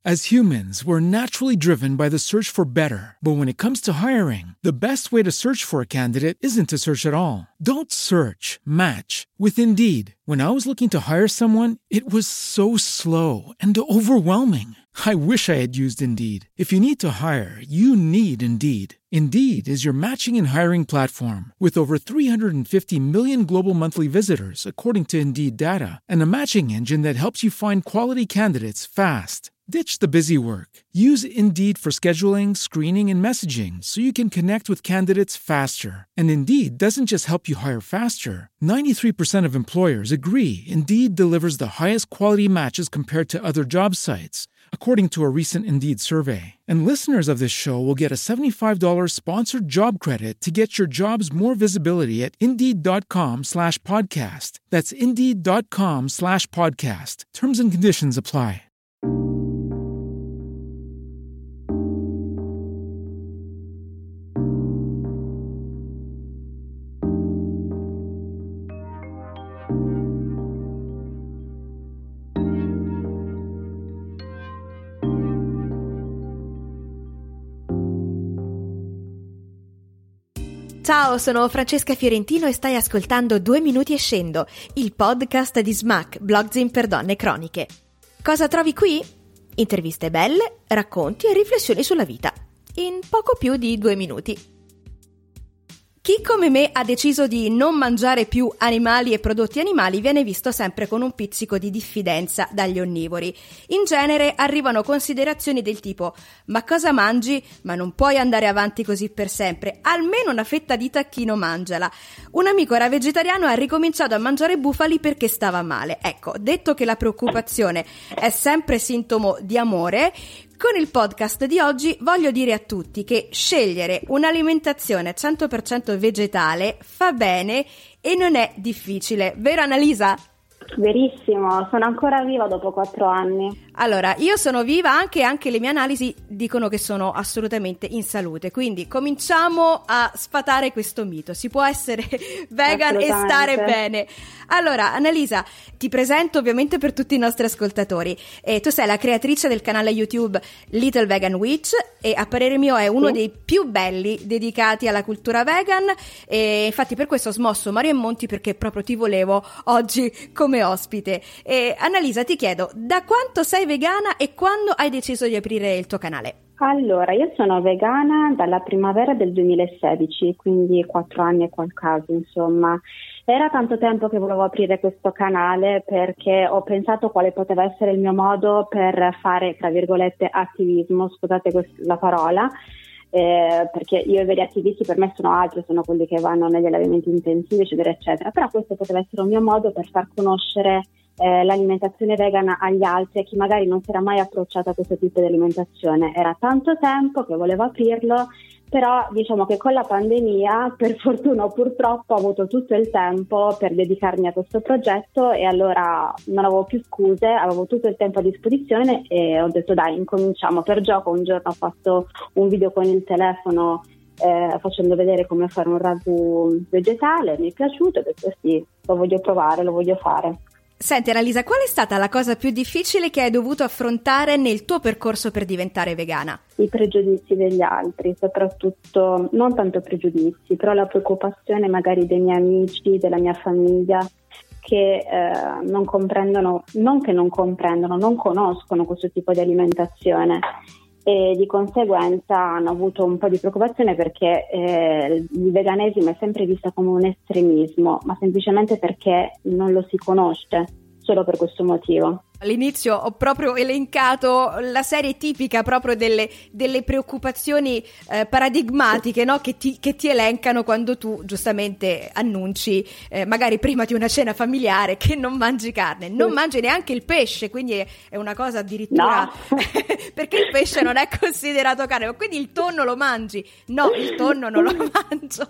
As humans, we're naturally driven by the search for better. But when it comes to hiring, the best way to search for a candidate isn't to search at all. Don't search, match with Indeed. When I was looking to hire someone, it was so slow and overwhelming. I wish I had used Indeed. If you need to hire, you need Indeed. Indeed is your matching and hiring platform with over 350 million global monthly visitors, according to Indeed data, and a matching engine that helps you find quality candidates fast. Ditch the busy work. Use Indeed for scheduling, screening, and messaging so you can connect with candidates faster. And Indeed doesn't just help you hire faster. 93% of employers agree Indeed delivers the highest quality matches compared to other job sites, according to a recent Indeed survey. And listeners of this show will get a $75 sponsored job credit to get your jobs more visibility at Indeed.com/podcast. That's Indeed.com/podcast. Terms and conditions apply. Ciao, sono Francesca Fiorentino e stai ascoltando 2 minuti e scendo, il podcast di Smack, blogzine per donne croniche. Cosa trovi qui? Interviste belle, racconti e riflessioni sulla vita, in poco più di 2 minuti. Chi come me ha deciso di non mangiare più animali e prodotti animali viene visto sempre con un pizzico di diffidenza dagli onnivori. In genere arrivano considerazioni del tipo: ma cosa mangi? Ma non puoi andare avanti così per sempre, almeno una fetta di tacchino mangiala. Un amico era vegetariano e ha ricominciato a mangiare bufali perché stava male. Ecco, detto che la preoccupazione è sempre sintomo di amore, con il podcast di oggi voglio dire a tutti che scegliere un'alimentazione 100% vegetale fa bene e non è difficile, vero Annalisa? Verissimo, sono ancora viva dopo 4 anni. Allora, io sono viva, anche le mie analisi dicono che sono assolutamente in salute, quindi cominciamo a sfatare questo mito. Si può essere vegan e stare bene. Allora, Annalisa, ti presento ovviamente per tutti i nostri ascoltatori. Tu sei la creatrice del canale YouTube Little Vegan Witch e a parere mio è uno dei più belli dedicati alla cultura vegan, e infatti per questo ho smosso Mario e Monti, perché proprio ti volevo oggi come ospite. E Annalisa, ti chiedo, da quanto sei vegana e quando hai deciso di aprire il tuo canale? Allora, io sono vegana dalla primavera del 2016, quindi 4 anni e qualcosa, insomma. Era tanto tempo che volevo aprire questo canale perché ho pensato quale poteva essere il mio modo per fare, tra virgolette, attivismo, scusate la parola, perché io e i veri attivisti per me sono altri, sono quelli che vanno negli allevamenti intensivi, eccetera, eccetera. Però questo poteva essere un mio modo per far conoscere l'alimentazione vegana agli altri, a chi magari non si era mai approcciato a questo tipo di alimentazione. Era tanto tempo che volevo aprirlo, però diciamo che con la pandemia, per fortuna o purtroppo, ho avuto tutto il tempo per dedicarmi a questo progetto e allora non avevo più scuse, avevo tutto il tempo a disposizione e ho detto dai, incominciamo. Per gioco un giorno ho fatto un video con il telefono facendo vedere come fare un ragù vegetale, mi è piaciuto e ho detto sì, lo voglio provare, lo voglio fare. Senti Annalisa, qual è stata la cosa più difficile che hai dovuto affrontare nel tuo percorso per diventare vegana? I pregiudizi degli altri, soprattutto, non tanto pregiudizi, però la preoccupazione magari dei miei amici, della mia famiglia, che non comprendono, non conoscono questo tipo di alimentazione e di conseguenza hanno avuto un po' di preoccupazione perché il veganesimo è sempre visto come un estremismo, ma semplicemente perché non lo si conosce, solo per questo motivo. All'inizio ho proprio elencato la serie tipica proprio delle preoccupazioni paradigmatiche, no? che ti elencano quando tu giustamente annunci magari prima di una cena familiare che non mangi carne, non mangi neanche il pesce, quindi è una cosa addirittura perché il pesce non è considerato carne, ma quindi il tonno lo mangi? No, il tonno non lo mangio.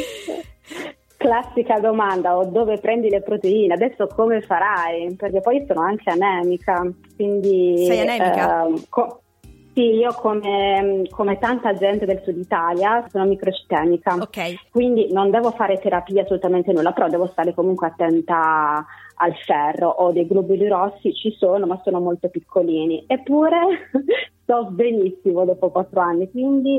Classica domanda, o dove prendi le proteine? Adesso come farai? Perché poi sono anche anemica, quindi... Sei anemica? Sì, io come tanta gente del sud Italia sono microcitemica, quindi non devo fare terapia assolutamente nulla, però devo stare comunque attenta al ferro. Ho dei globuli rossi, ci sono, ma sono molto piccolini, eppure sto benissimo dopo 4 anni, quindi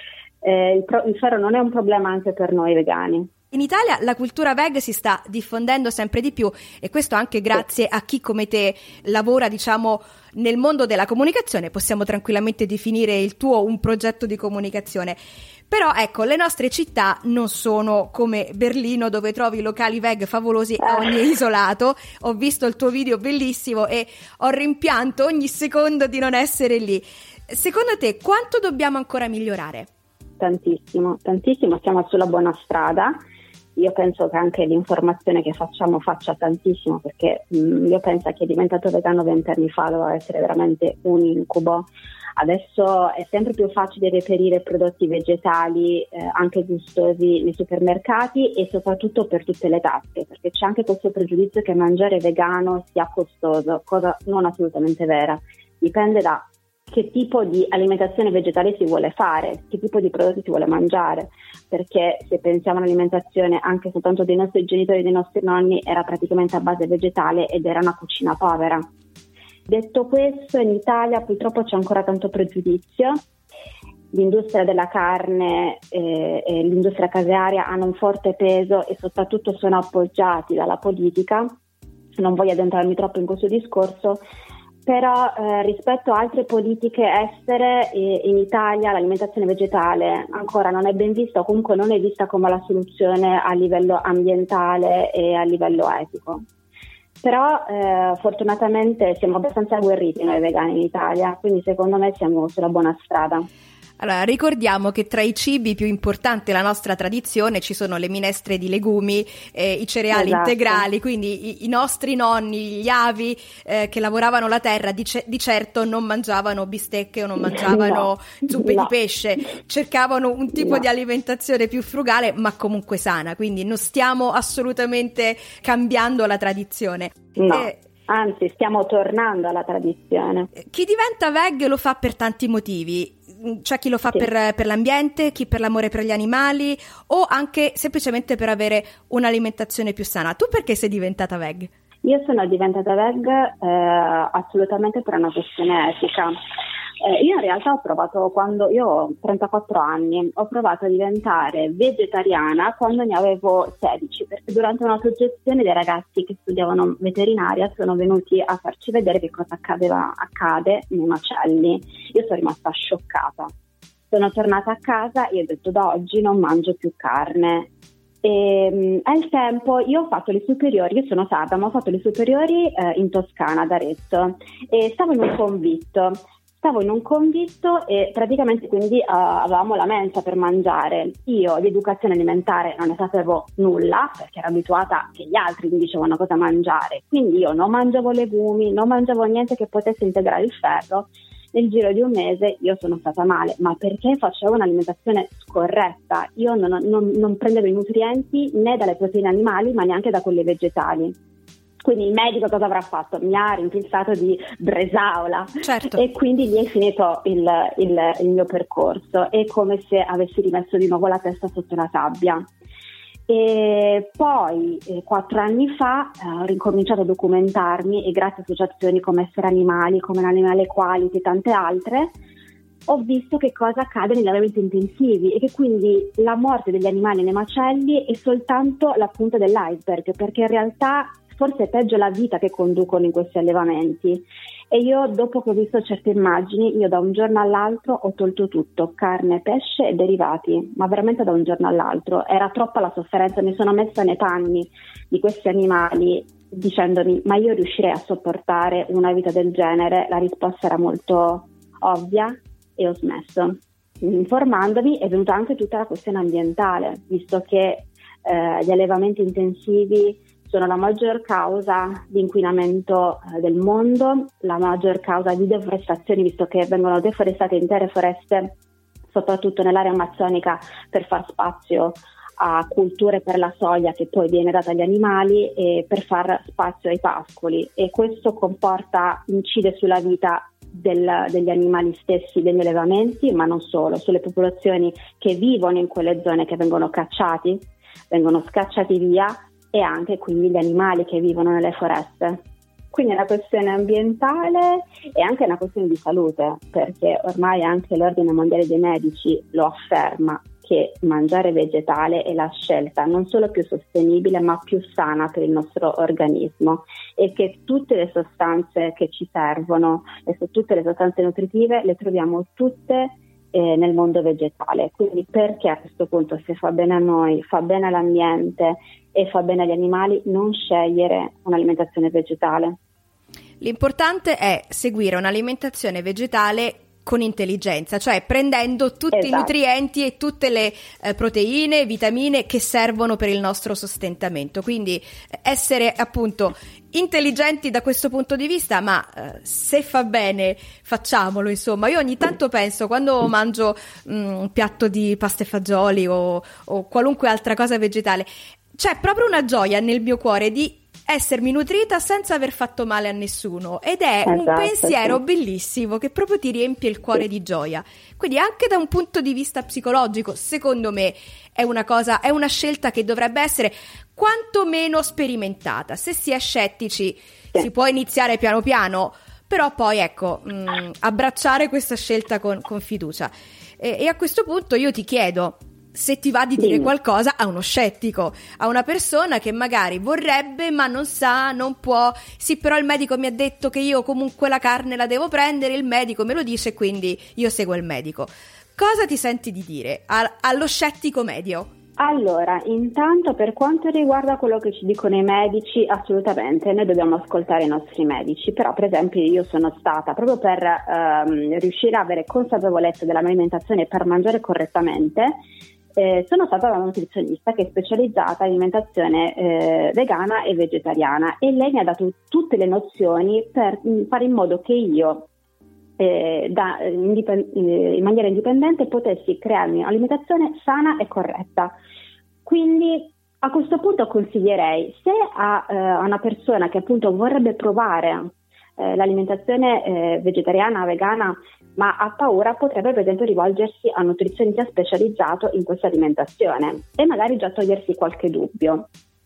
il ferro non è un problema anche per noi vegani. In Italia la cultura veg si sta diffondendo sempre di più, e questo anche grazie a chi come te lavora, diciamo, nel mondo della comunicazione. Possiamo tranquillamente definire il tuo un progetto di comunicazione. Però ecco, le nostre città non sono come Berlino, dove trovi locali veg favolosi a ogni isolato. Ho visto il tuo video bellissimo e ho rimpianto ogni secondo di non essere lì. Secondo te quanto dobbiamo ancora migliorare? Tantissimo, siamo sulla buona strada. Io penso che anche l'informazione che facciamo faccia tantissimo, perché io penso che chi è diventato vegano 20 anni fa doveva essere veramente un incubo. Adesso è sempre più facile reperire prodotti vegetali anche gustosi nei supermercati, e soprattutto per tutte le tasche, perché c'è anche questo pregiudizio che mangiare vegano sia costoso, cosa non assolutamente vera. Dipende da che tipo di alimentazione vegetale si vuole fare, che tipo di prodotti si vuole mangiare, perché se pensiamo all'alimentazione anche soltanto dei nostri genitori e dei nostri nonni era praticamente a base vegetale ed era una cucina povera. Detto questo, in Italia purtroppo c'è ancora tanto pregiudizio. L'industria della carne e l'industria casearia hanno un forte peso e soprattutto sono appoggiati dalla politica. Non voglio addentrarmi troppo in questo discorso, però rispetto a altre politiche estere in Italia l'alimentazione vegetale ancora non è ben vista, o comunque non è vista come la soluzione a livello ambientale e a livello etico. Però fortunatamente siamo abbastanza agguerriti noi vegani in Italia, quindi secondo me siamo sulla buona strada. Allora, ricordiamo che tra i cibi più importanti della nostra tradizione ci sono le minestre di legumi, i cereali integrali, quindi i nostri nonni, gli avi che lavoravano la terra di certo non mangiavano bistecche o non mangiavano zuppe di pesce, cercavano un tipo di alimentazione più frugale ma comunque sana, quindi non stiamo assolutamente cambiando la tradizione. Anzi, stiamo tornando alla tradizione. Chi diventa veg lo fa per tanti motivi. C'è chi lo fa per l'ambiente, chi per l'amore per gli animali, o anche semplicemente per avere un'alimentazione più sana. Tu perché sei diventata veg? Io sono diventata veg assolutamente per una questione etica. Io in realtà ho provato, quando io ho 34 anni, ho provato a diventare vegetariana quando ne avevo 16, perché durante una suggezione dei ragazzi che studiavano veterinaria sono venuti a farci vedere che cosa accade nei macelli. Io sono rimasta scioccata. Sono tornata a casa e ho detto: da oggi non mangio più carne. E al tempo io ho fatto le superiori, io sono sarda, ma ho fatto le superiori in Toscana, ad Arezzo, e stavo in un convitto e praticamente quindi avevamo la mensa per mangiare. Io di educazione alimentare non ne sapevo nulla, perché ero abituata che gli altri mi dicevano cosa mangiare, quindi io non mangiavo legumi, non mangiavo niente che potesse integrare il ferro. Nel giro di un mese io sono stata male, ma perché facevo un'alimentazione scorretta. Io non prendevo i nutrienti né dalle proteine animali ma neanche da quelle vegetali. Quindi il medico cosa avrà fatto? Mi ha rimpinzato di bresaola, certo. E quindi lì è finito il mio percorso. È come se avessi rimesso di nuovo la testa sotto la sabbia. E poi 4 anni fa ho ricominciato a documentarmi, e grazie a associazioni come Essere Animali, come Animale Quality e tante altre, ho visto che cosa accade negli allevamenti intensivi, e che quindi la morte degli animali nei macelli è soltanto la punta dell'iceberg, perché in realtà forse è peggio la vita che conducono in questi allevamenti. E io, dopo che ho visto certe immagini, io da un giorno all'altro ho tolto tutto, carne, pesce e derivati, ma veramente da un giorno all'altro. Era troppa la sofferenza, mi sono messa nei panni di questi animali dicendomi: ma io riuscirei a sopportare una vita del genere? La risposta era molto ovvia e ho smesso. Informandomi è venuta anche tutta la questione ambientale, visto che gli allevamenti intensivi sono la maggior causa di inquinamento del mondo, la maggior causa di deforestazione, visto che vengono deforestate intere foreste, soprattutto nell'area amazzonica, per far spazio a culture per la soia che poi viene data agli animali e per far spazio ai pascoli, e questo incide sulla vita degli animali stessi, degli allevamenti, ma non solo, sulle popolazioni che vivono in quelle zone, che vengono cacciati, vengono scacciati via, e anche quindi gli animali che vivono nelle foreste. Quindi è una questione ambientale e anche una questione di salute, perché ormai anche l'Ordine Mondiale dei Medici lo afferma, che mangiare vegetale è la scelta non solo più sostenibile ma più sana per il nostro organismo, e che tutte le sostanze che ci servono, tutte le sostanze nutritive le troviamo tutte nel mondo vegetale. Quindi perché a questo punto, se fa bene a noi, fa bene all'ambiente e fa bene agli animali, non scegliere un'alimentazione vegetale? L'importante è seguire un'alimentazione vegetale con intelligenza, cioè prendendo tutti i nutrienti e tutte le proteine, vitamine che servono per il nostro sostentamento. Quindi essere appunto intelligenti da questo punto di vista, ma se fa bene facciamolo, insomma. Io ogni tanto penso, quando mangio un piatto di pasta e fagioli o qualunque altra cosa vegetale, c'è proprio una gioia nel mio cuore di essermi nutrita senza aver fatto male a nessuno, ed è un pensiero bellissimo che proprio ti riempie il cuore di gioia. Quindi anche da un punto di vista psicologico, secondo me è una scelta che dovrebbe essere quantomeno sperimentata. Se si è scettici si può iniziare piano piano, però poi ecco, abbracciare questa scelta con fiducia. E a questo punto io ti chiedo se ti va di dire qualcosa a uno scettico, a una persona che magari vorrebbe ma non sa, non può. Sì, però il medico mi ha detto che io comunque la carne la devo prendere, il medico me lo dice, quindi io seguo il medico. Cosa ti senti di dire allo scettico medio? Allora, intanto, per quanto riguarda quello che ci dicono i medici, assolutamente noi dobbiamo ascoltare i nostri medici. Però, per esempio, io sono stata, proprio per riuscire a avere consapevolezza della mia alimentazione e per mangiare correttamente, sono stata una nutrizionista che è specializzata in alimentazione vegana e vegetariana, e lei mi ha dato tutte le nozioni per fare in modo che io in maniera indipendente potessi crearmi un'alimentazione sana e corretta. Quindi a questo punto consiglierei, se a una persona che appunto vorrebbe provare l'alimentazione vegetariana, vegana, ma ha paura, potrebbe per esempio rivolgersi a un nutrizionista specializzato in questa alimentazione e magari già togliersi qualche dubbio.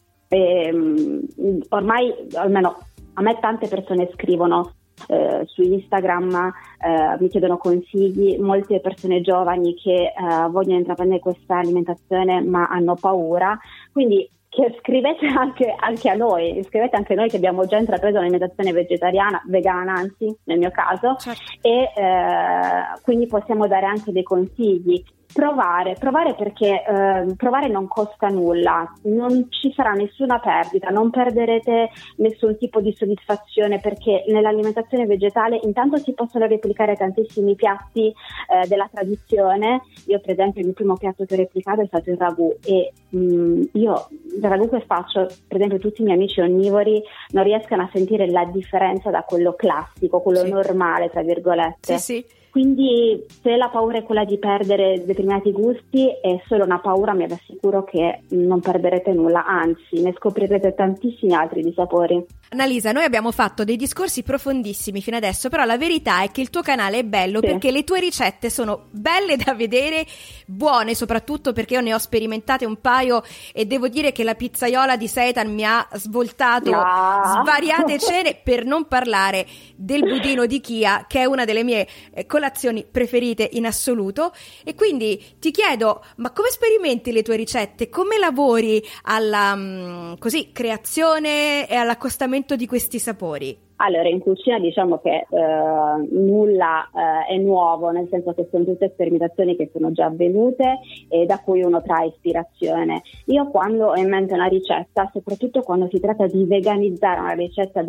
Ormai, almeno a me, tante persone scrivono su Instagram, mi chiedono consigli, molte persone giovani che vogliono intraprendere questa alimentazione ma hanno paura, quindi scrivete anche a noi, scrivete anche noi che abbiamo già intrapreso un'alimentazione vegetariana, vegana anzi nel mio caso, e quindi possiamo dare anche dei consigli. Provare perché provare non costa nulla, non ci sarà nessuna perdita, non perderete nessun tipo di soddisfazione, perché nell'alimentazione vegetale intanto si possono replicare tantissimi piatti della tradizione. Io per esempio il mio primo piatto che ho replicato è stato il ragù, e io il ragù che faccio, per esempio tutti i miei amici onnivori non riescono a sentire la differenza da quello classico, quello normale tra virgolette. Sì. Quindi se la paura è quella di perdere determinati gusti, è solo una paura, mi assicuro che non perderete nulla, anzi ne scoprirete tantissimi altri di sapori. Annalisa, noi abbiamo fatto dei discorsi profondissimi fino adesso, però la verità è che il tuo canale è bello perché le tue ricette sono belle da vedere, buone soprattutto perché io ne ho sperimentate un paio e devo dire che la pizzaiola di seitan mi ha svoltato svariate cene, per non parlare del budino di chia, che è una delle mie colazioni preferite in assoluto. E quindi ti chiedo, ma come sperimenti le tue ricette? Come lavori alla creazione e all'accostamento di questi sapori? Allora, in cucina diciamo che nulla è nuovo, nel senso che sono tutte sperimentazioni che sono già avvenute e da cui uno trae ispirazione. Io quando ho in mente una ricetta, soprattutto quando si tratta di veganizzare una ricetta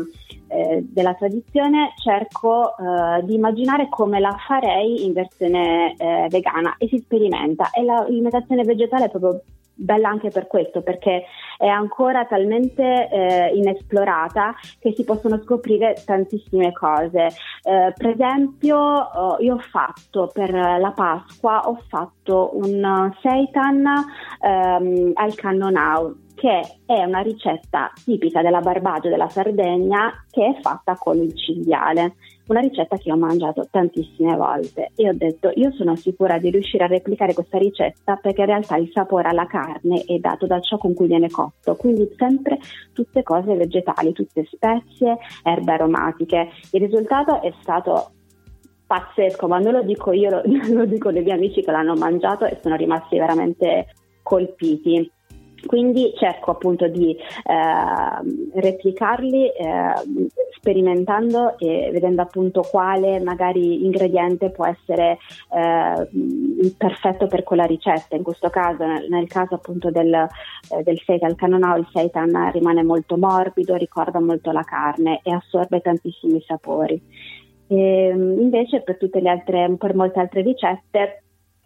della tradizione, cerco di immaginare come la farei in versione vegana, e si sperimenta, e l'alimentazione vegetale è proprio bella anche per questo, perché è ancora talmente inesplorata che si possono scoprire tantissime cose. Per esempio io ho fatto per la Pasqua un seitan al cannonau, che è una ricetta tipica della Barbagia, della Sardegna, che è fatta con il cinghiale, una ricetta che ho mangiato tantissime volte e ho detto io sono sicura di riuscire a replicare questa ricetta, perché in realtà il sapore alla carne è dato da ciò con cui viene cotto, quindi sempre tutte cose vegetali, tutte spezie, erbe aromatiche. Il risultato è stato pazzesco, ma non lo dico io, lo dicono i miei amici che l'hanno mangiato e sono rimasti veramente colpiti. Quindi cerco appunto di replicarli sperimentando e vedendo appunto quale magari ingrediente può essere perfetto per quella ricetta. In questo caso, nel caso appunto del seitan, il cannonau, il seitan rimane molto morbido, ricorda molto la carne e assorbe tantissimi sapori. Invece per molte altre ricette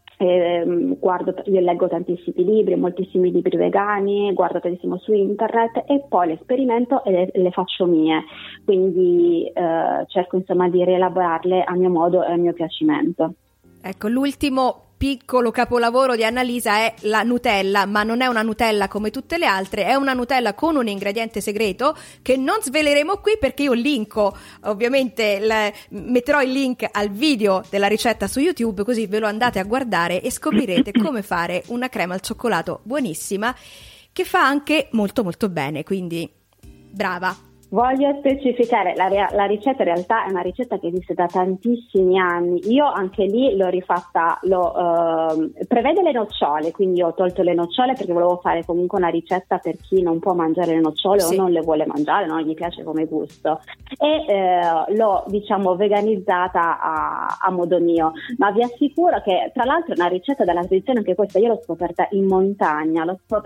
io leggo tantissimi libri, moltissimi libri vegani, guardo tantissimo su internet e poi le sperimento e le faccio mie, quindi cerco insomma di rielaborarle a mio modo e a mio piacimento. Ecco, l'ultimo piccolo capolavoro di Annalisa è la Nutella, ma non è una Nutella come tutte le altre, è una Nutella con un ingrediente segreto che non sveleremo qui, perché io linko, ovviamente metterò il link al video della ricetta su YouTube, così ve lo andate a guardare e scoprirete come fare una crema al cioccolato buonissima che fa anche molto molto bene, quindi brava. Voglio specificare, la ricetta in realtà è una ricetta che esiste da tantissimi anni. Io anche lì l'ho rifatta, prevede le nocciole, quindi ho tolto le nocciole perché volevo fare comunque una ricetta per chi non può mangiare le nocciole o non le vuole mangiare, non gli piace come gusto, e l'ho diciamo veganizzata a modo mio, ma vi assicuro che tra l'altro è una ricetta della tradizione, anche questa io l'ho scoperta in montagna,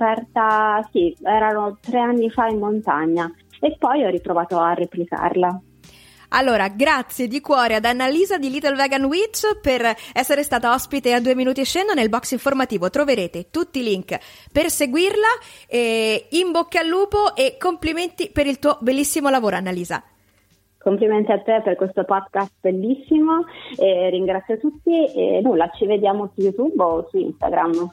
erano 3 anni fa in montagna. E poi ho riprovato a replicarla. Allora, grazie di cuore ad Annalisa di Little Vegan Witch per essere stata ospite a 2 minuti e scendo. Nel box informativo troverete tutti i link per seguirla. In bocca al lupo e complimenti per il tuo bellissimo lavoro, Annalisa. Complimenti a te per questo podcast bellissimo e ringrazio tutti e nulla, ci vediamo su YouTube o su Instagram.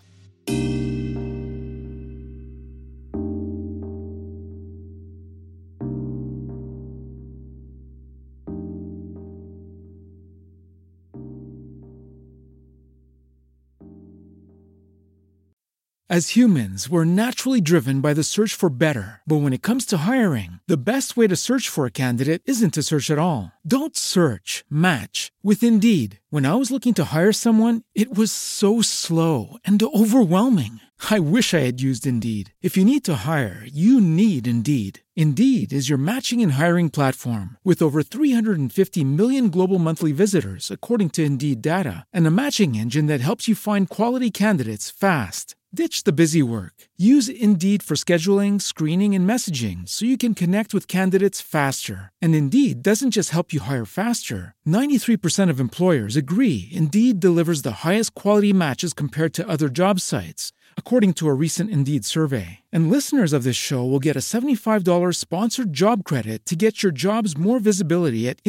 As humans, we're naturally driven by the search for better. But when it comes to hiring, the best way to search for a candidate isn't to search at all. Don't search, match with Indeed. When I was looking to hire someone, it was so slow and overwhelming. I wish I had used Indeed. If you need to hire, you need Indeed. Indeed is your matching and hiring platform with over 350 million global monthly visitors, according to Indeed data, and a matching engine that helps you find quality candidates fast. Ditch the busy work. Use Indeed for scheduling, screening, and messaging so you can connect with candidates faster. And Indeed doesn't just help you hire faster. 93% of employers agree Indeed delivers the highest quality matches compared to other job sites, according to a recent Indeed survey. And listeners of this show will get a $75 sponsored job credit to get your jobs more visibility at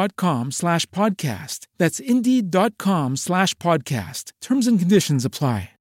Indeed.com/podcast. That's Indeed.com/podcast. Terms and conditions apply.